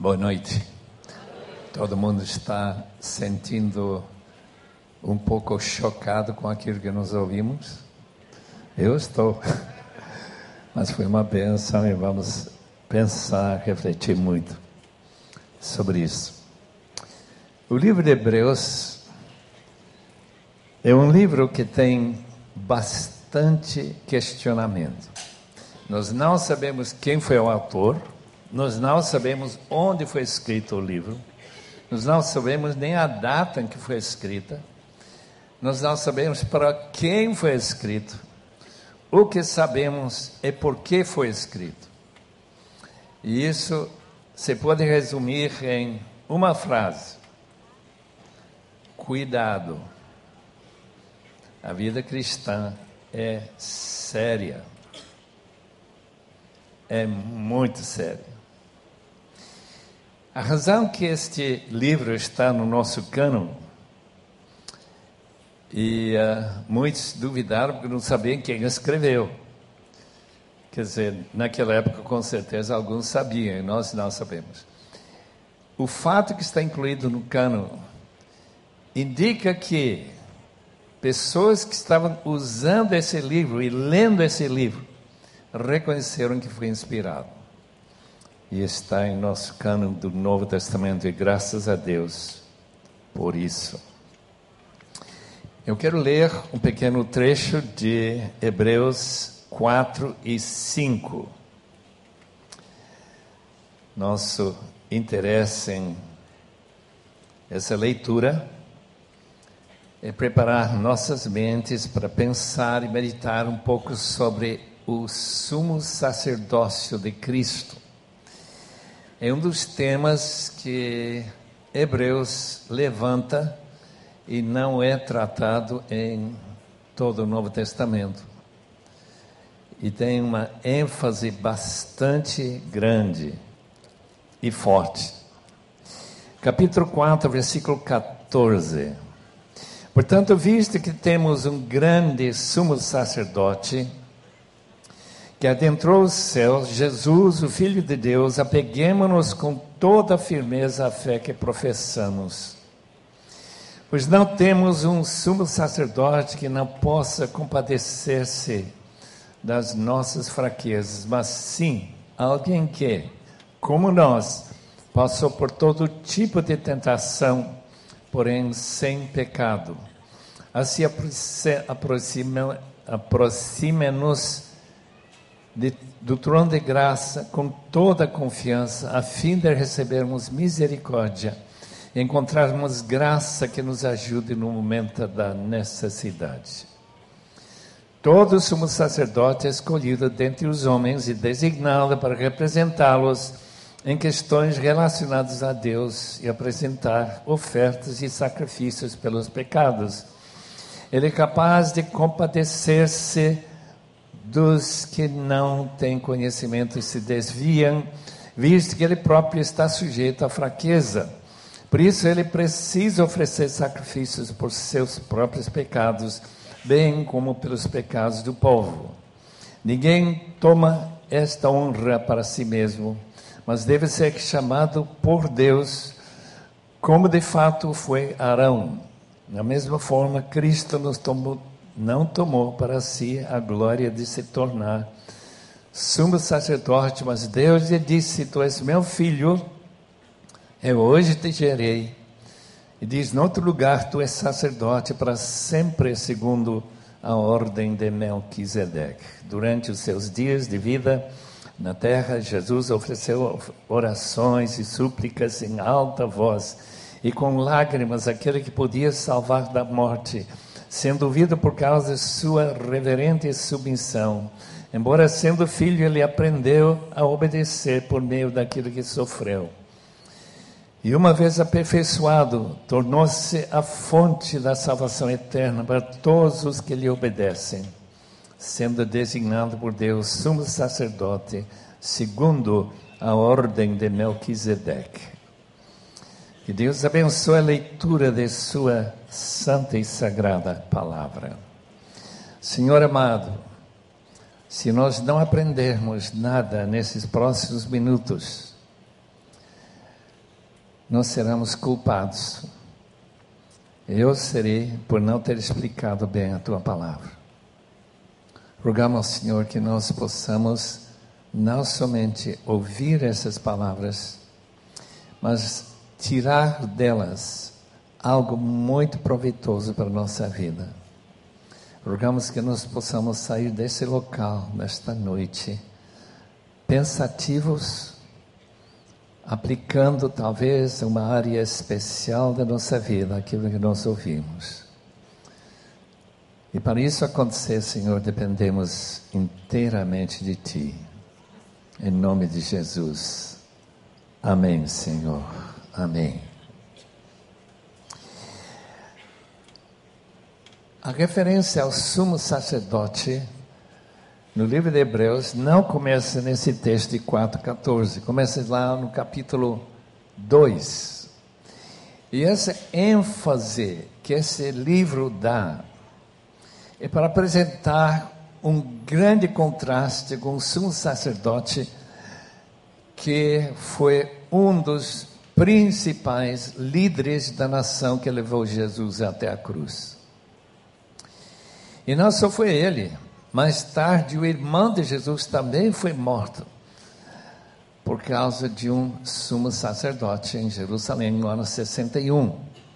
Boa noite. Todo mundo está sentindo um pouco chocado com aquilo que nós ouvimos? Eu estou. Mas foi uma bênção e vamos pensar, refletir muito sobre isso. O livro de Hebreus é um livro que tem bastante questionamento. Nós não sabemos quem foi o autor, nós não sabemos onde foi escrito o livro, nós não sabemos nem a data em que foi escrita, nós não sabemos para quem foi escrito. O que sabemos é por que foi escrito. E isso se pode resumir em uma frase: cuidado. A vida cristã é séria. É muito séria. A razão que este livro está no nosso cânon, e muitos duvidaram porque não sabiam quem escreveu. Quer dizer, naquela época, com certeza, alguns sabiam, e nós não sabemos. O fato que está incluído no cânon indica que pessoas que estavam usando esse livro e lendo esse livro reconheceram que foi inspirado. E está em nosso cânon do Novo Testamento, e graças a Deus por isso. Eu quero ler um pequeno trecho de Hebreus 4 e 5. Nosso interesse em essa leitura é preparar nossas mentes para pensar e meditar um pouco sobre o sumo sacerdócio de Cristo. É um dos temas que Hebreus levanta e não é tratado em todo o Novo Testamento. E tem uma ênfase bastante grande e forte. Capítulo 4, versículo 14. Portanto, visto que temos um grande sumo sacerdote que adentrou os céus, Jesus, o Filho de Deus, apeguemo-nos com toda a firmeza à fé que professamos. Pois não temos um sumo sacerdote que não possa compadecer-se das nossas fraquezas, mas sim alguém que, como nós, passou por todo tipo de tentação, porém sem pecado. Assim aproxime-nos do trono de graça com toda a confiança, a fim de recebermos misericórdia, e encontrarmos graça que nos ajude no momento da necessidade. Todo sumo sacerdote é escolhido dentre os homens e designado para representá-los em questões relacionadas a Deus e apresentar ofertas e sacrifícios pelos pecados. Ele é capaz de compadecer-se dos que não têm conhecimento e se desviam, visto que ele próprio está sujeito à fraqueza. Por isso ele precisa oferecer sacrifícios por seus próprios pecados, bem como pelos pecados do povo. Ninguém toma esta honra para si mesmo, mas deve ser chamado por Deus, como de fato foi Arão. Da mesma forma, Cristo não tomou para si a glória de se tornar sumo sacerdote, mas Deus lhe disse: tu és meu filho, eu hoje te gerei. E diz, no outro lugar, tu és sacerdote para sempre, segundo a ordem de Melquisedeque. Durante os seus dias de vida na terra, Jesus ofereceu orações e súplicas em alta voz e com lágrimas àquele que podia salvar da morte, sendo ouvido por causa de sua reverente submissão. Embora sendo filho, ele aprendeu a obedecer por meio daquilo que sofreu. E uma vez aperfeiçoado, tornou-se a fonte da salvação eterna para todos os que lhe obedecem, sendo designado por Deus sumo sacerdote, segundo a ordem de Melquisedeque. Que Deus abençoe a leitura de sua santa e sagrada palavra. Senhor amado, se nós não aprendermos nada nesses próximos minutos, nós seremos culpados. Eu serei por não ter explicado bem a tua palavra. Rogamos ao Senhor que nós possamos não somente ouvir essas palavras, mas tirar delas algo muito proveitoso para a nossa vida. Rogamos que nós possamos sair desse local, nesta noite, pensativos, aplicando talvez uma área especial da nossa vida, aquilo que nós ouvimos. E para isso acontecer, Senhor, dependemos inteiramente de Ti. Em nome de Jesus. Amém, Senhor. Amém. A referência ao sumo sacerdote no livro de Hebreus não começa nesse texto de 4,14, começa lá no capítulo 2. E essa ênfase que esse livro dá é para apresentar um grande contraste com o sumo sacerdote, que foi um dos principais líderes da nação que levou Jesus até a cruz. E não só foi ele, mais tarde o irmão de Jesus também foi morto, por causa de um sumo sacerdote em Jerusalém, no ano 61.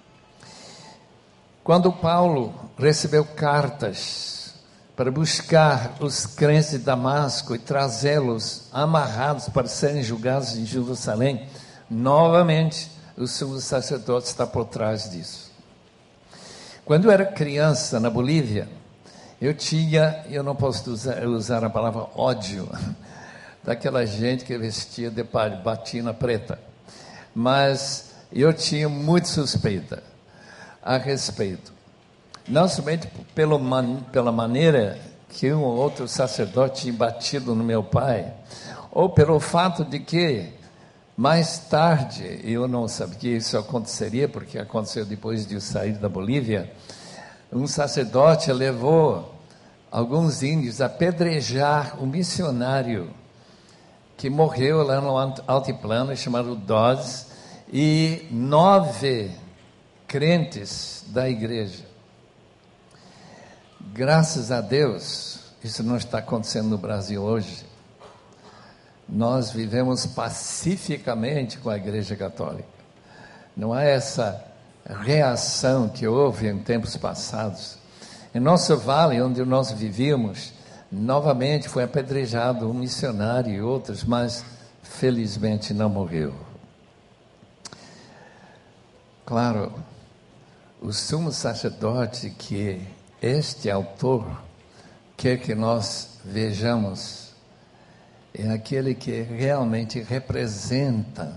Quando Paulo recebeu cartas para buscar os crentes de Damasco e trazê-los amarrados para serem julgados em Jerusalém, novamente o sumo sacerdote está por trás disso. Quando eu era criança na Bolívia, eu não posso usar a palavra ódio, daquela gente que vestia de batina preta, mas eu tinha muita suspeita a respeito, não somente pela maneira que um ou outro sacerdote tinha batido no meu pai, ou pelo fato de que mais tarde, eu não sabia que isso aconteceria, porque aconteceu depois de eu sair da Bolívia, um sacerdote levou alguns índios a apedrejar um missionário que morreu lá no altiplano, chamado Dawes, e 9 crentes da igreja. Graças a Deus, isso não está acontecendo no Brasil hoje. Nós vivemos pacificamente com a Igreja Católica. Não há essa reação que houve em tempos passados. Em nosso vale, onde nós vivíamos, novamente foi apedrejado um missionário e outros, mas felizmente não morreu. Claro, o sumo sacerdote que este autor quer que nós vejamos é aquele que realmente representa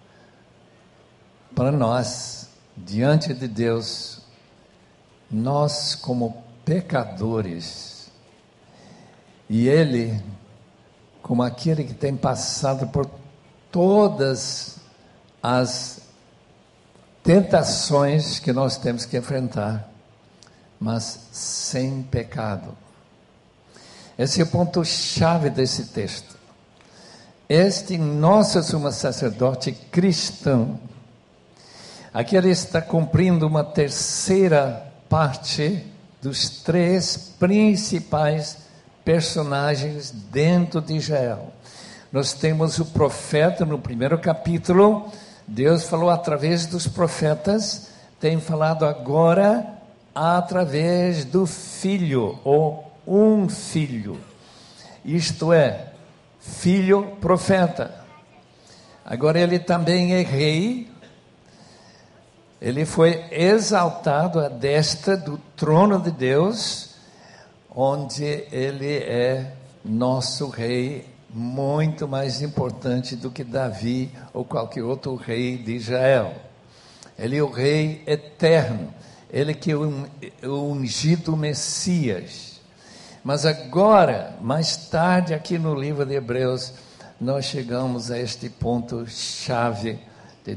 para nós, diante de Deus, nós como pecadores, e ele como aquele que tem passado por todas as tentações que nós temos que enfrentar, mas sem pecado. Esse é o ponto-chave desse texto. Este nosso sumo sacerdote cristão, aqui ele está cumprindo uma terceira parte dos 3 principais personagens dentro de Israel. Nós temos o profeta no primeiro capítulo. Deus falou através dos profetas, tem falado agora através do filho, ou um filho, isto é, filho profeta. Agora ele também é rei, ele foi exaltado à destra do trono de Deus, onde ele é nosso rei, muito mais importante do que Davi ou qualquer outro rei de Israel. Ele é o rei eterno, ele que é o ungido Messias. Mas agora, mais tarde aqui no livro de Hebreus, nós chegamos a este ponto-chave de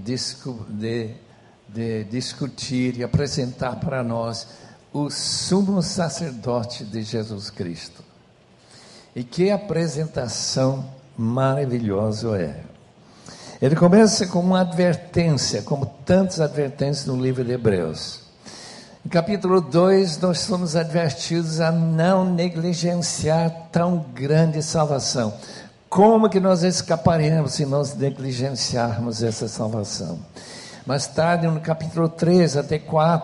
discutir e apresentar para nós o sumo sacerdote de Jesus Cristo. E que apresentação maravilhosa é! Ele começa com uma advertência, como tantas advertências no livro de Hebreus. No capítulo 2, nós somos advertidos a não negligenciar tão grande salvação. Como que nós escaparemos se nós negligenciarmos essa salvação? Mais tarde, no capítulo 3 até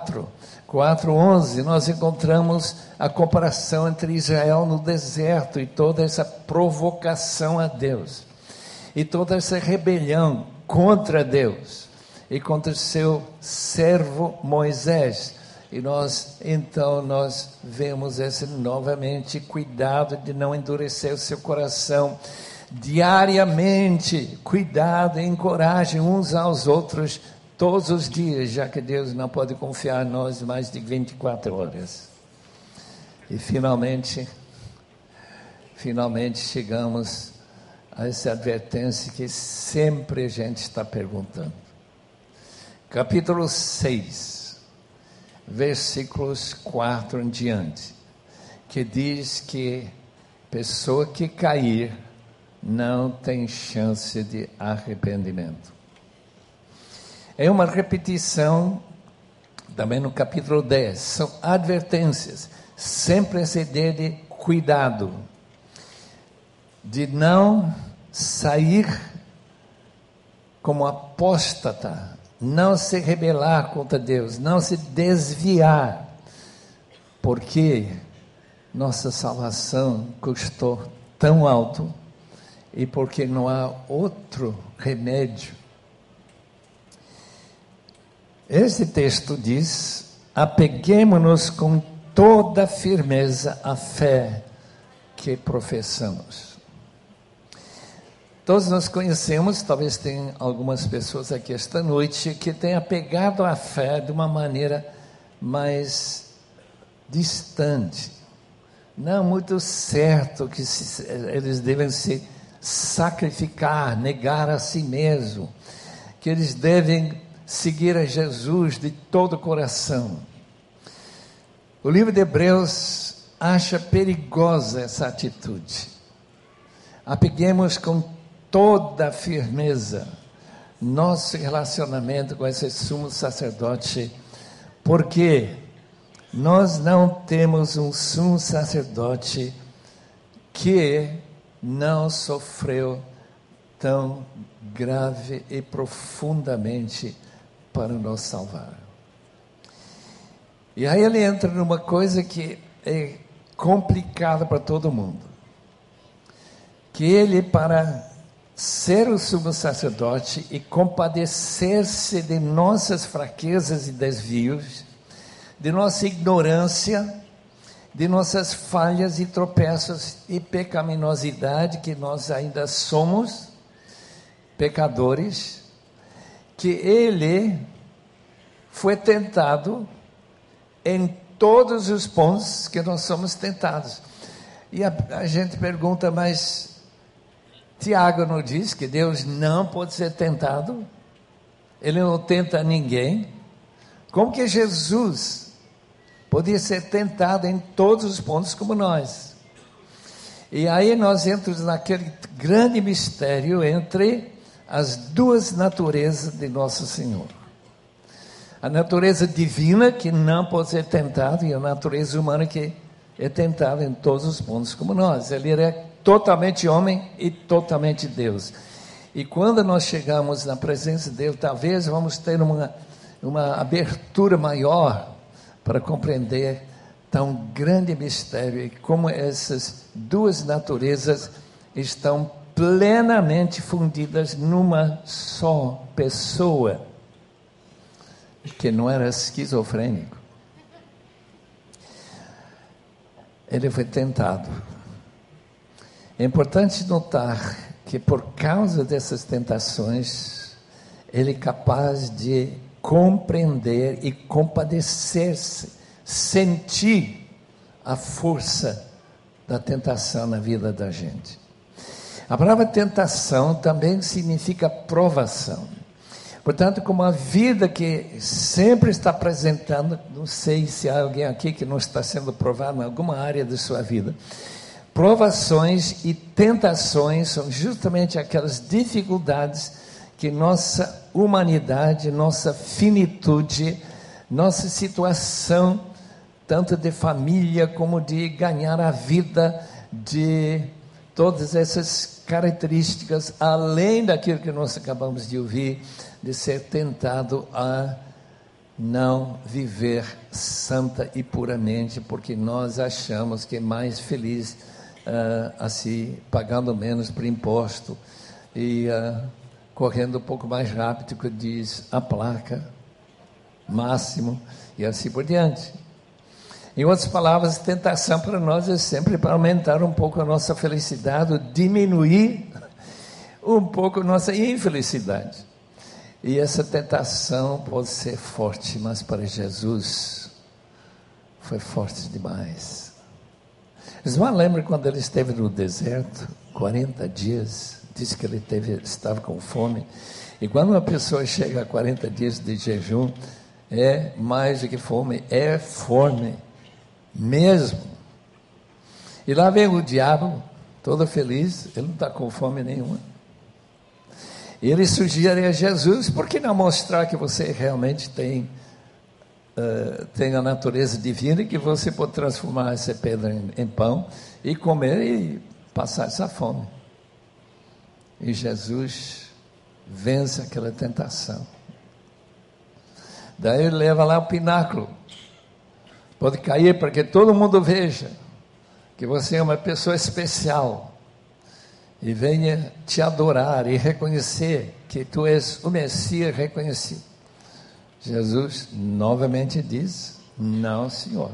4:11, nós encontramos a comparação entre Israel no deserto e toda essa provocação a Deus. E toda essa rebelião contra Deus e contra o seu servo Moisés. E nós vemos esse novamente, cuidado de não endurecer o seu coração. Diariamente, cuidado e encorajem uns aos outros todos os dias, já que Deus não pode confiar em nós mais de 24 horas. E finalmente chegamos a essa advertência que sempre a gente está perguntando. Capítulo 6, versículos 4 em diante, que diz que pessoa que cair não tem chance de arrependimento. É uma repetição também no capítulo 10, são advertências, sempre essa ideia de cuidado, de não sair como apóstata, não se rebelar contra Deus, não se desviar, porque nossa salvação custou tão alto e porque não há outro remédio. Esse texto diz: apeguemo-nos com toda firmeza à fé que professamos. Todos nós conhecemos, talvez tenha algumas pessoas aqui esta noite, que têm apegado à fé de uma maneira mais distante, não muito certo que eles devem se sacrificar, negar a si mesmo, que eles devem seguir a Jesus de todo o coração. O livro de Hebreus acha perigosa essa atitude. Apeguemos com toda a firmeza nosso relacionamento com esse sumo sacerdote, porque nós não temos um sumo sacerdote que não sofreu tão grave e profundamente para nos salvar. E aí ele entra numa coisa que é complicada para todo mundo, que ele, para ser o sumo sacerdote e compadecer-se de nossas fraquezas e desvios, de nossa ignorância, de nossas falhas e tropeços e pecaminosidade, que nós ainda somos pecadores, que ele foi tentado em todos os pontos que nós somos tentados. E a gente pergunta, mas Tiago não diz que Deus não pode ser tentado? Ele não tenta ninguém. Como que Jesus podia ser tentado em todos os pontos como nós? E aí nós entramos naquele grande mistério entre as duas naturezas de nosso Senhor. A natureza divina, que não pode ser tentado, e a natureza humana, que é tentada em todos os pontos como nós. Ele é totalmente homem e totalmente Deus. E quando nós chegamos na presença dele, talvez vamos ter uma abertura maior para compreender tão grande mistério e como essas duas naturezas estão plenamente fundidas numa só pessoa, que não era esquizofrênico. Ele foi tentado. É importante notar que por causa dessas tentações, ele é capaz de compreender e compadecer-se, sentir a força da tentação na vida da gente. A palavra tentação também significa provação. Portanto, como a vida que sempre está apresentando, não sei se há alguém aqui que não está sendo provado em alguma área da sua vida. Provações e tentações são justamente aquelas dificuldades que nossa humanidade, nossa finitude, nossa situação, tanto de família como de ganhar a vida, de todas essas características, além daquilo que nós acabamos de ouvir, de ser tentado a não viver santa e puramente, porque nós achamos que é mais feliz assim, pagando menos por imposto e correndo um pouco mais rápido, que diz a placa, máximo, e assim por diante. Em outras palavras, tentação para nós é sempre para aumentar um pouco a nossa felicidade, diminuir um pouco a nossa infelicidade. E essa tentação pode ser forte, mas para Jesus foi forte demais. Vocês não lembram quando ele esteve no deserto, 40 dias, disse que ele estava com fome. E quando uma pessoa chega a 40 dias de jejum, é mais do que fome, é fome mesmo. E lá vem o diabo, todo feliz, ele não está com fome nenhuma. E ele sugere a Jesus: por que não mostrar que você realmente tem a natureza divina, e que você pode transformar essa pedra em pão e comer e passar essa fome? E Jesus vence aquela tentação. Daí ele leva lá o pináculo, pode cair para que todo mundo veja que você é uma pessoa especial e venha te adorar e reconhecer que tu és o Messias reconhecido. Jesus novamente diz: não, Senhor.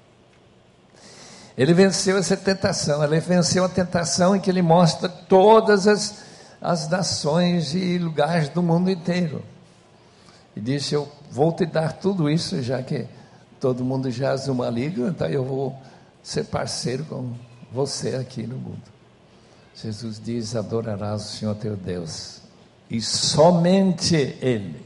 Ele venceu essa tentação. Ele venceu a tentação em que ele mostra todas as nações e lugares do mundo inteiro. E disse: eu vou te dar tudo isso, já que todo mundo jaz uma liga, então eu vou ser parceiro com você aqui no mundo. Jesus diz: adorarás o Senhor teu Deus, e somente Ele.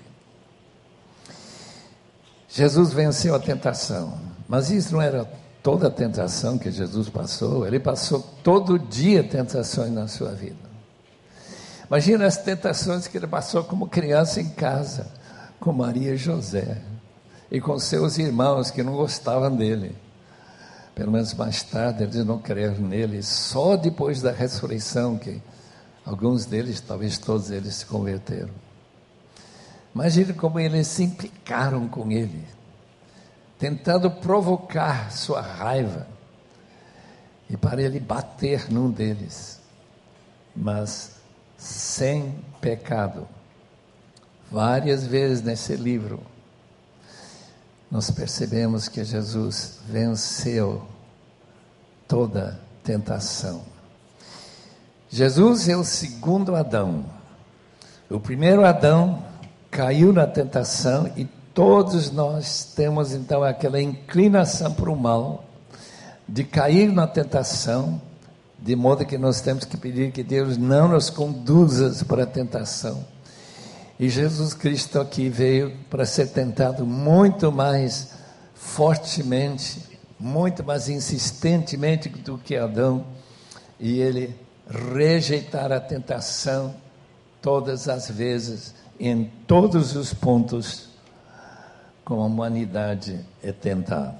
Jesus venceu a tentação, mas isso não era toda a tentação que Jesus passou. Ele passou todo dia tentações na sua vida. Imagina as tentações que ele passou como criança em casa, com Maria e José, e com seus irmãos que não gostavam dele. Pelo menos mais tarde eles não creram nele, só depois da ressurreição que alguns deles, talvez todos eles, se converteram. Imagine como eles se implicaram com ele, tentando provocar sua raiva, e para ele bater num deles, mas sem pecado. Várias vezes nesse livro nós percebemos que Jesus venceu toda tentação. Jesus é o segundo Adão. O primeiro Adão caiu na tentação, e todos nós temos então aquela inclinação para o mal, de cair na tentação, de modo que nós temos que pedir que Deus não nos conduza para a tentação. E Jesus Cristo aqui veio para ser tentado muito mais fortemente, muito mais insistentemente do que Adão, e ele rejeitar a tentação todas as vezes, em todos os pontos, como a humanidade é tentada.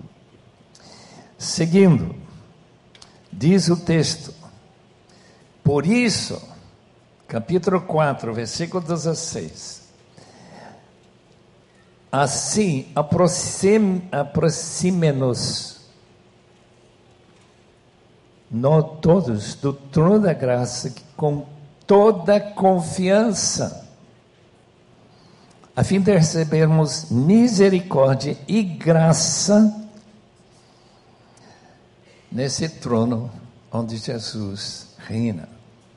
Seguindo, diz o texto: por isso, capítulo 4, versículo 16, assim aproxime-nos nós todos do trono da graça, com toda confiança, a fim de recebermos misericórdia e graça nesse trono onde Jesus reina.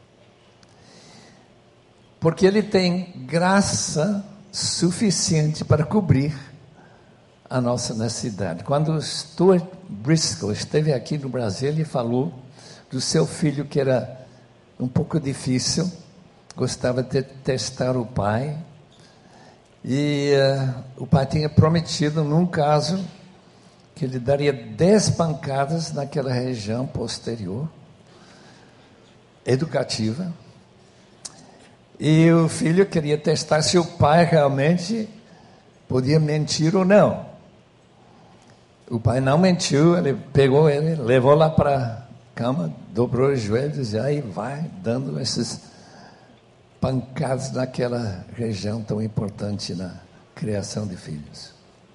Porque ele tem graça suficiente para cobrir a nossa necessidade. Quando Stuart Briscoe esteve aqui no Brasil, ele falou do seu filho que era um pouco difícil, gostava de testar o pai, e o pai tinha prometido, num caso, que ele daria 10 pancadas naquela região posterior, educativa. E o filho queria testar se o pai realmente podia mentir ou não. O pai não mentiu, ele pegou ele, levou lá para a cama, dobrou os joelhos e aí vai dando esses pancadas naquela região tão importante na criação de filhos.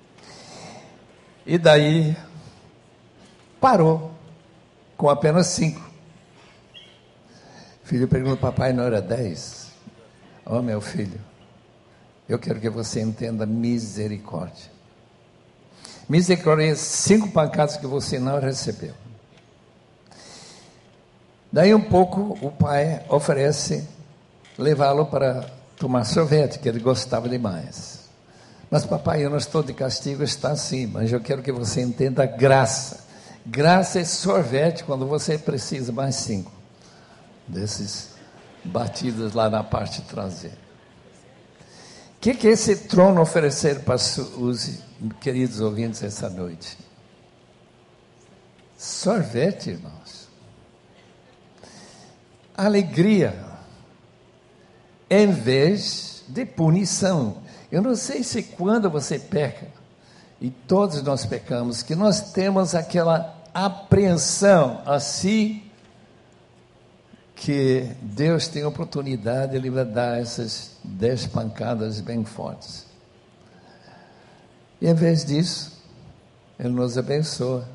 E daí parou com apenas 5. O filho pergunta: papai, não era 10? Oh, meu filho, eu quero que você entenda misericórdia. Misericórdia é 5 pancadas que você não recebeu. Daí um pouco o pai oferece levá-lo para tomar sorvete, que ele gostava demais. Mas papai, eu não estou de castigo, está sim, mas eu quero que você entenda a graça. Graça é sorvete quando você precisa mais 5 desses batidos lá na parte traseira. O que esse trono oferecer para os queridos ouvintes essa noite? Sorvete, irmãos. Alegria, em vez de punição. Eu não sei se quando você peca, e todos nós pecamos, que nós temos aquela apreensão assim, que Deus tem a oportunidade de lhe dar essas 10 pancadas bem fortes. E em vez disso, Ele nos abençoa.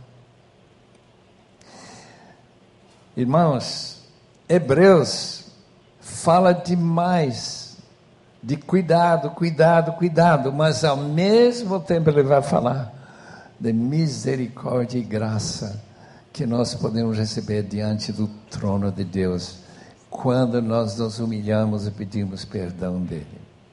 Irmãos, Hebreus fala demais de cuidado, cuidado, cuidado, mas ao mesmo tempo ele vai falar de misericórdia e graça que nós podemos receber diante do trono de Deus, quando nós nos humilhamos e pedimos perdão dele.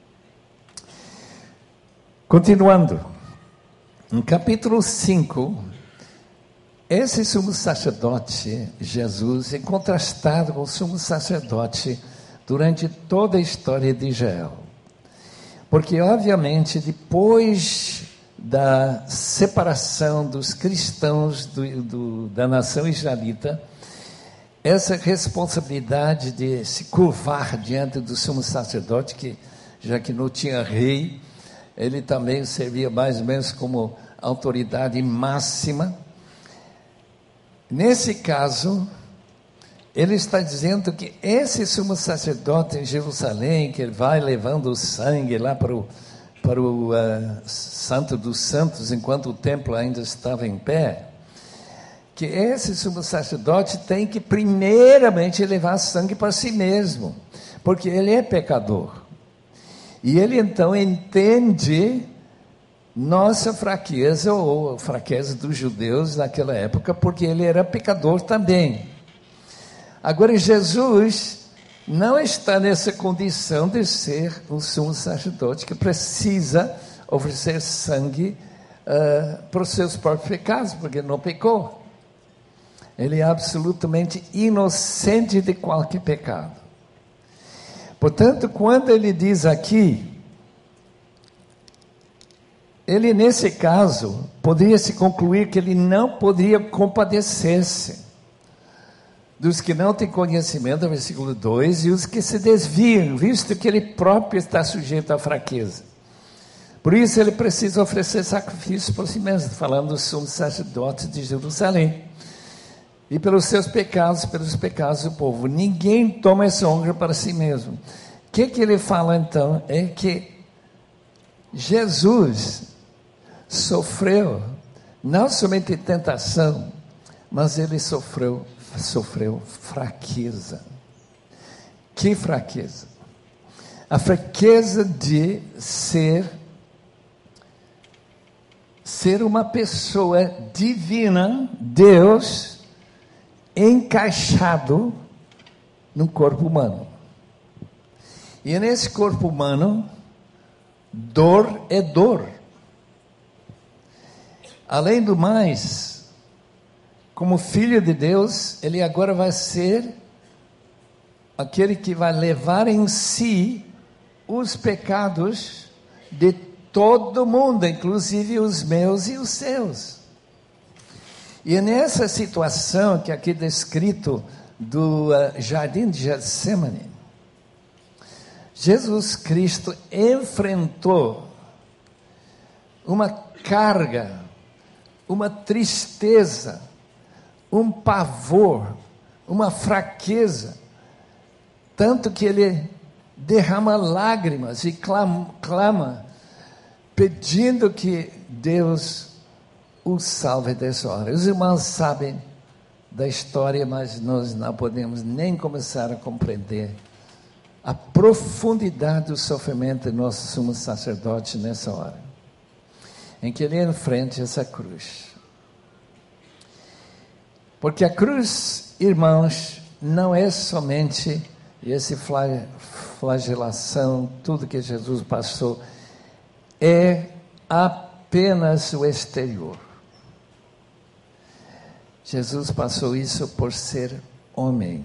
Continuando, no capítulo 5, esse sumo sacerdote, Jesus, é contrastado com o sumo sacerdote durante toda a história de Israel. Porque, obviamente, depois da separação dos cristãos da nação israelita, essa responsabilidade de se curvar diante do sumo sacerdote, que já que não tinha rei, ele também servia mais ou menos como autoridade máxima. Nesse caso, ele está dizendo que esse sumo sacerdote em Jerusalém, que ele vai levando o sangue lá para o Santo dos Santos, enquanto o templo ainda estava em pé, que esse sumo sacerdote tem que primeiramente levar sangue para si mesmo, porque ele é pecador. E ele então entende nossa fraqueza, ou a fraqueza dos judeus naquela época, porque ele era pecador também. Agora, Jesus não está nessa condição de ser um sumo sacerdote que precisa oferecer sangue para os seus próprios pecados, porque não pecou. Ele é absolutamente inocente de qualquer pecado. Portanto, quando ele diz aqui, ele nesse caso, poderia se concluir que ele não poderia compadecer-se dos que não têm conhecimento, versículo 2, e os que se desviam, visto que ele próprio está sujeito à fraqueza. Por isso ele precisa oferecer sacrifício por si mesmo, falando do sumo sacerdote de Jerusalém. E pelos seus pecados, pelos pecados do povo. Ninguém toma essa honra para si mesmo. O que ele fala então? É que Jesus sofreu, não somente tentação, mas ele sofreu fraqueza. Que fraqueza? A fraqueza de ser uma pessoa divina, Deus, encaixado no corpo humano. E nesse corpo humano, dor é dor. Além do mais, como filho de Deus, ele agora vai ser aquele que vai levar em si os pecados de todo mundo, inclusive os meus e os seus. E nessa situação que aqui descrito do jardim de Getsemane, Jesus Cristo enfrentou uma carga, uma tristeza, um pavor, uma fraqueza, tanto que ele derrama lágrimas e clama, pedindo que Deus o salve dessa hora. Os irmãos sabem da história, mas nós não podemos nem começar a compreender a profundidade do sofrimento do nosso sumo sacerdote nessa hora, em que ele enfrenta essa cruz. Porque a cruz, irmãos, não é somente essa flagelação, tudo que Jesus passou, é apenas o exterior. Jesus passou isso por ser homem,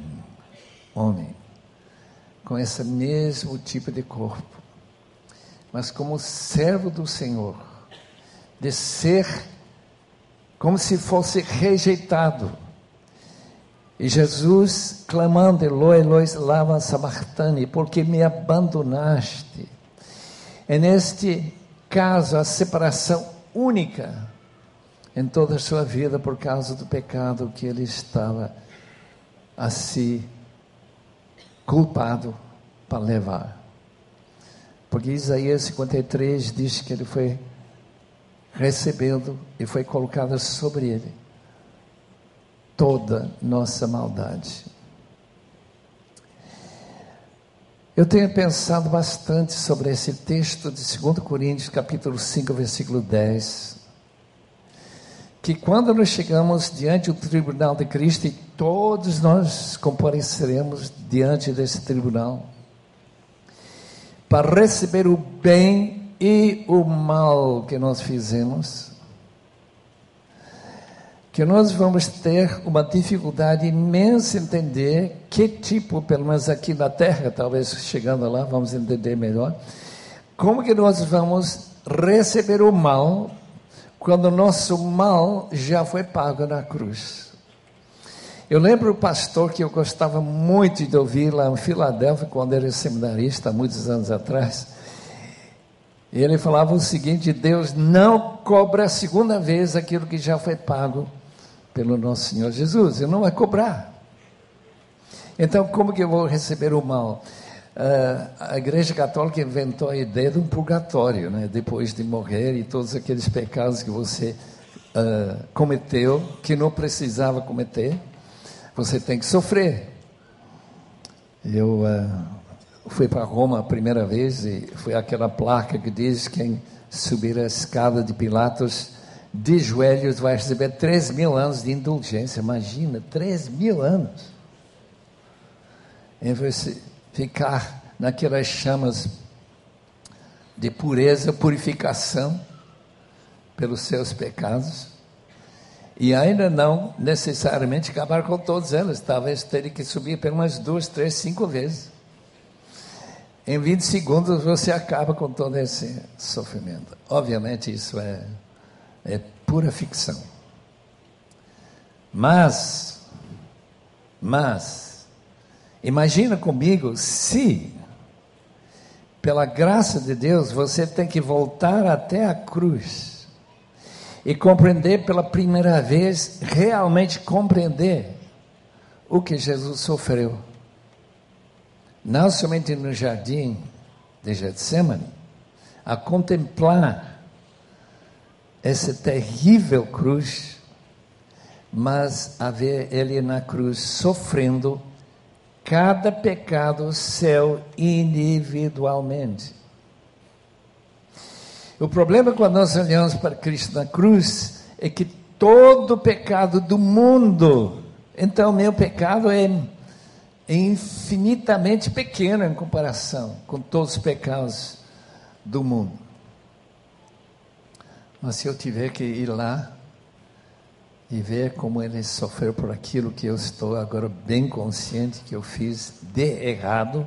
com esse mesmo tipo de corpo, mas como servo do Senhor, de ser como se fosse rejeitado. E Jesus clamando, Eloi, Eloi, lama sabachthani, porque me abandonaste. É neste caso a separação única em toda a sua vida por causa do pecado que ele estava assim culpado para levar. Porque Isaías 53 diz que ele foi recebendo e foi colocada sobre ele toda nossa maldade. Eu tenho pensado bastante sobre esse texto de 2 Coríntios, capítulo 5, versículo 10, que quando nós chegamos diante do tribunal de Cristo, e todos nós compareceremos diante desse tribunal, para receber o bem e o mal que nós fizemos, que nós vamos ter uma dificuldade imensa em entender que tipo, pelo menos aqui na terra, talvez chegando lá, vamos entender melhor, como que nós vamos receber o mal, quando o nosso mal já foi pago na cruz. Eu lembro o pastor que eu gostava muito de ouvir lá em Filadélfia, quando era seminarista, há muitos anos atrás. E ele falava o seguinte: Deus não cobra a segunda vez aquilo que já foi pago pelo nosso Senhor Jesus. Ele não vai cobrar. Então, como que eu vou receber o mal? A Igreja Católica inventou a ideia de um purgatório, né? Depois de morrer e todos aqueles pecados que você cometeu, que não precisava cometer, você tem que sofrer. Eu fui para Roma a primeira vez e foi aquela placa que diz: quem subir a escada de Pilatos de joelhos vai receber 3.000 anos de indulgência. Imagina, 3.000 anos. Em vez de ficar naquelas chamas de pureza, purificação pelos seus pecados, e ainda não necessariamente acabar com todos eles, talvez teria que subir pelo menos 2, 3, 5 vezes. Em 20 segundos você acaba com todo esse sofrimento. Obviamente isso é pura ficção. Mas, imagina comigo se, pela graça de Deus, você tem que voltar até a cruz e compreender pela primeira vez, realmente compreender o que Jesus sofreu. Não somente no jardim de Getsemane, a contemplar essa terrível cruz, mas a ver ele na cruz sofrendo cada pecado seu individualmente. O problema quando nós olhamos para Cristo na cruz é que todo pecado do mundo, então meu pecado é infinitamente pequeno em comparação com todos os pecados do mundo. Mas se eu tiver que ir lá e ver como ele sofreu por aquilo que eu estou agora bem consciente que eu fiz de errado,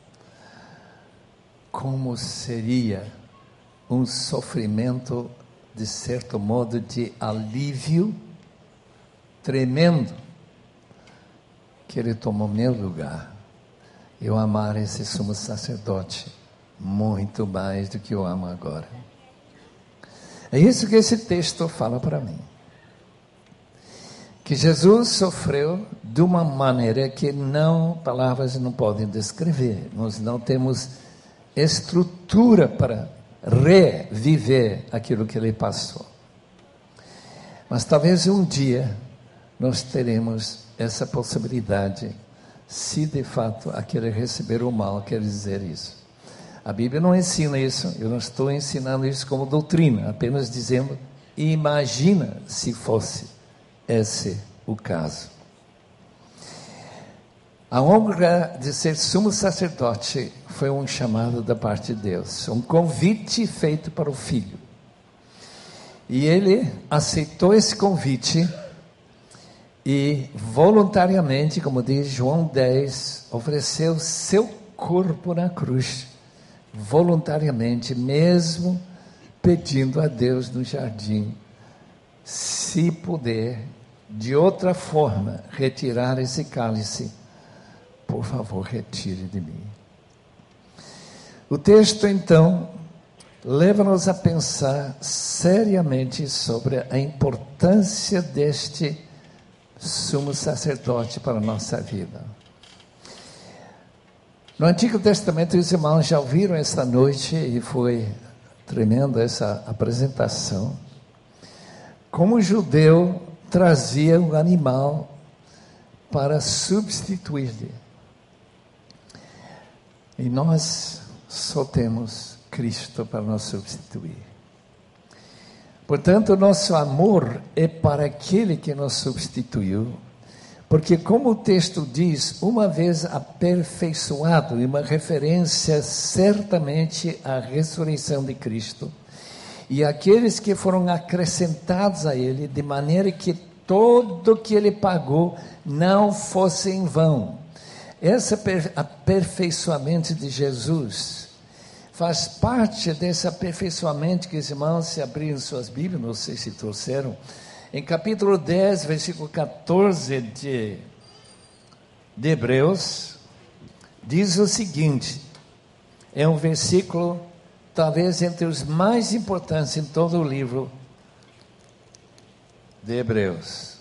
como seria um sofrimento, de certo modo, de alívio tremendo, que ele tomou meu lugar eu amar esse sumo sacerdote muito mais do que eu amo agora. É isso que esse texto fala para mim. Que Jesus sofreu de uma maneira que palavras não podem descrever. Nós não temos estrutura para reviver aquilo que ele passou. Mas talvez um dia nós teremos essa possibilidade, se de fato aquele receber o mal quer dizer isso. A Bíblia não ensina isso, eu não estou ensinando isso como doutrina, apenas dizendo, imagina se fosse esse o caso. A honra de ser sumo sacerdote foi um chamado da parte de Deus, um convite feito para o Filho. E ele aceitou esse convite e voluntariamente, como diz João 10, ofereceu seu corpo na cruz, voluntariamente, mesmo pedindo a Deus no jardim, se puder, de outra forma, retirar esse cálice, por favor, retire de mim. O texto, então, leva-nos a pensar seriamente sobre a importância deste sumo sacerdote para a nossa vida. No Antigo Testamento, os irmãos já ouviram esta noite, e foi tremenda essa apresentação, como o judeu trazia um animal para substituir-lhe. E nós só temos Cristo para nos substituir. Portanto, nosso amor é para aquele que nos substituiu, porque como o texto diz, uma vez aperfeiçoado, e uma referência certamente à ressurreição de Cristo, e aqueles que foram acrescentados a ele, de maneira que todo que ele pagou não fosse em vão. Esse aperfeiçoamento de Jesus faz parte desse aperfeiçoamento que os irmãos, se abrirem suas Bíblias, não sei se trouxeram, em capítulo 10, versículo 14 de Hebreus, diz o seguinte, é um versículo talvez entre os mais importantes em todo o livro de Hebreus.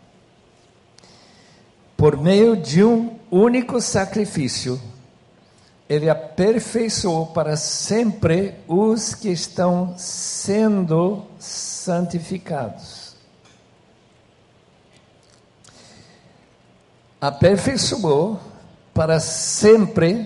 Por meio de um único sacrifício, ele aperfeiçoou para sempre os que estão sendo santificados. Aperfeiçoou para sempre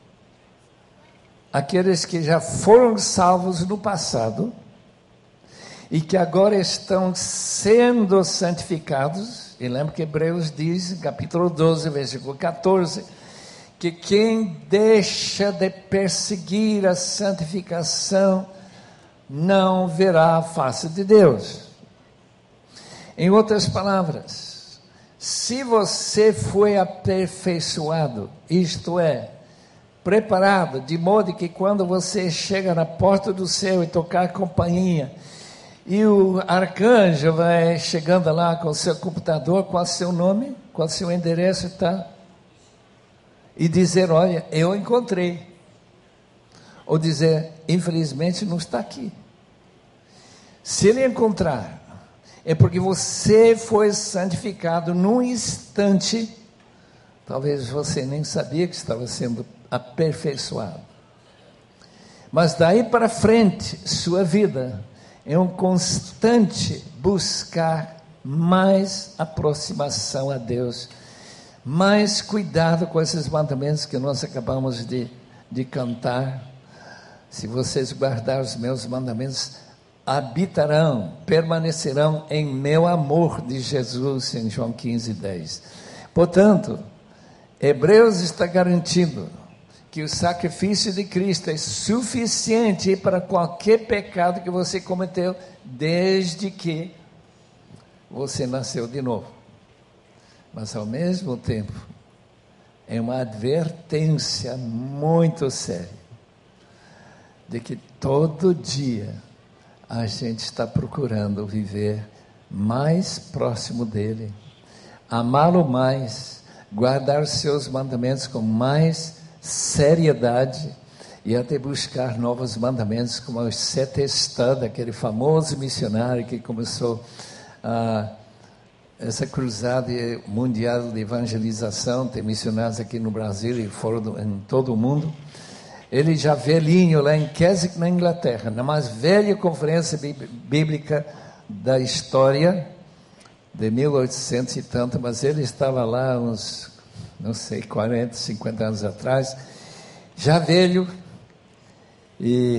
aqueles que já foram salvos no passado e que agora estão sendo santificados. E lembra que Hebreus diz, capítulo 12, versículo 14, que quem deixa de perseguir a santificação não verá a face de Deus. Em outras palavras, se você foi aperfeiçoado, isto é, preparado, de modo que quando você chega na porta do céu e tocar a campainha, e o arcanjo vai chegando lá com o seu computador, qual é o seu nome, qual é o seu endereço, tá? E dizer, olha, eu encontrei. Ou dizer, infelizmente não está aqui. Se ele encontrar, é porque você foi santificado num instante, talvez você nem sabia que estava sendo aperfeiçoado. Mas daí para frente, sua vida é um constante buscar mais aproximação a Deus, mais cuidado com esses mandamentos que nós acabamos de cantar. Se vocês guardarem os meus mandamentos, habitarão, permanecerão em meu amor, de Jesus em João 15, 10. Portanto, Hebreus está garantindo que o sacrifício de Cristo é suficiente para qualquer pecado que você cometeu, desde que você nasceu de novo. Mas ao mesmo tempo, é uma advertência muito séria, de que todo dia a gente está procurando viver mais próximo dele, amá-lo mais, guardar os seus mandamentos com mais seriedade e até buscar novos mandamentos, como os 7 estados, aquele famoso missionário que começou essa cruzada mundial de evangelização. Tem missionários aqui no Brasil e fora em todo o mundo. Ele já velhinho lá em Keswick, na Inglaterra, na mais velha conferência bíblica da história, de 1800 e tanto, mas ele estava lá uns, não sei, 40, 50 anos atrás, já velho, e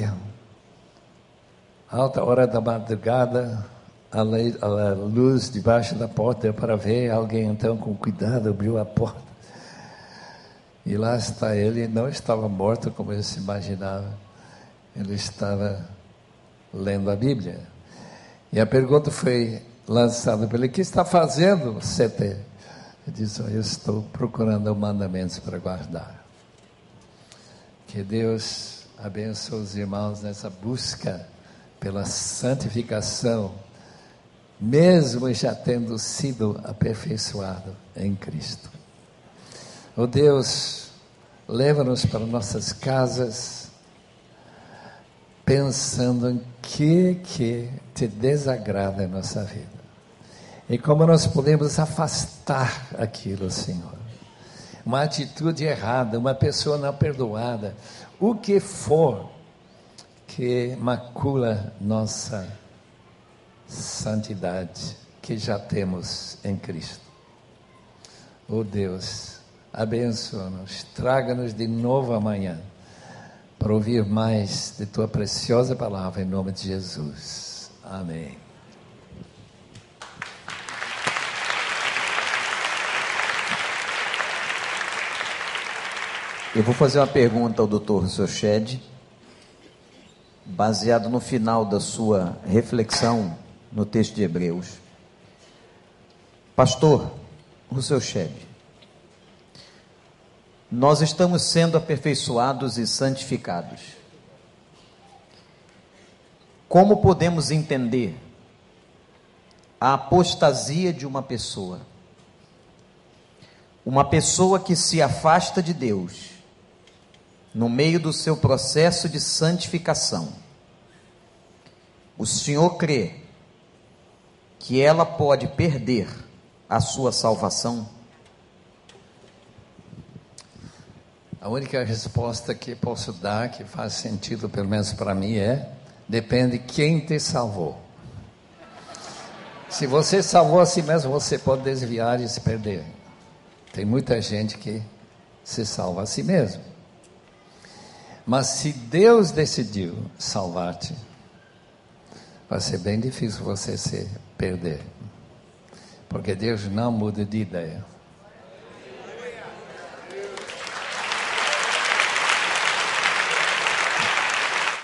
alta hora da madrugada, a luz debaixo da porta deu para ver. Alguém então com cuidado abriu a porta, e lá está ele. Não estava morto como ele se imaginava, ele estava lendo a Bíblia, e a pergunta foi lançada para ele: o que está fazendo, CT? Ele disse: eu estou procurando mandamentos para guardar. Que Deus abençoe os irmãos nessa busca pela santificação, mesmo já tendo sido aperfeiçoado em Cristo. Oh Deus, leva-nos para nossas casas, pensando em que te desagrada em nossa vida, e como nós podemos afastar aquilo, Senhor. Uma atitude errada, uma pessoa não perdoada, o que for que macula nossa santidade que já temos em Cristo. Oh Deus, abençoa-nos, traga-nos de novo amanhã para ouvir mais de Tua preciosa palavra, em nome de Jesus. Amém. Eu vou fazer uma pergunta ao Dr. Rousseau Shedd, baseado no final da sua reflexão no texto de Hebreus. Pastor Rousseau Shedd, nós estamos sendo aperfeiçoados e santificados. Como podemos entender a apostasia de uma pessoa? Uma pessoa que se afasta de Deus no meio do seu processo de santificação. O senhor crê que ela pode perder a sua salvação? A única resposta que posso dar, que faz sentido pelo menos para mim, é: depende quem te salvou. Se você salvou a si mesmo, você pode desviar e se perder. Tem muita gente que se salva a si mesmo. Mas se Deus decidiu salvar-te, vai ser bem difícil você se perder, porque Deus não muda de ideia.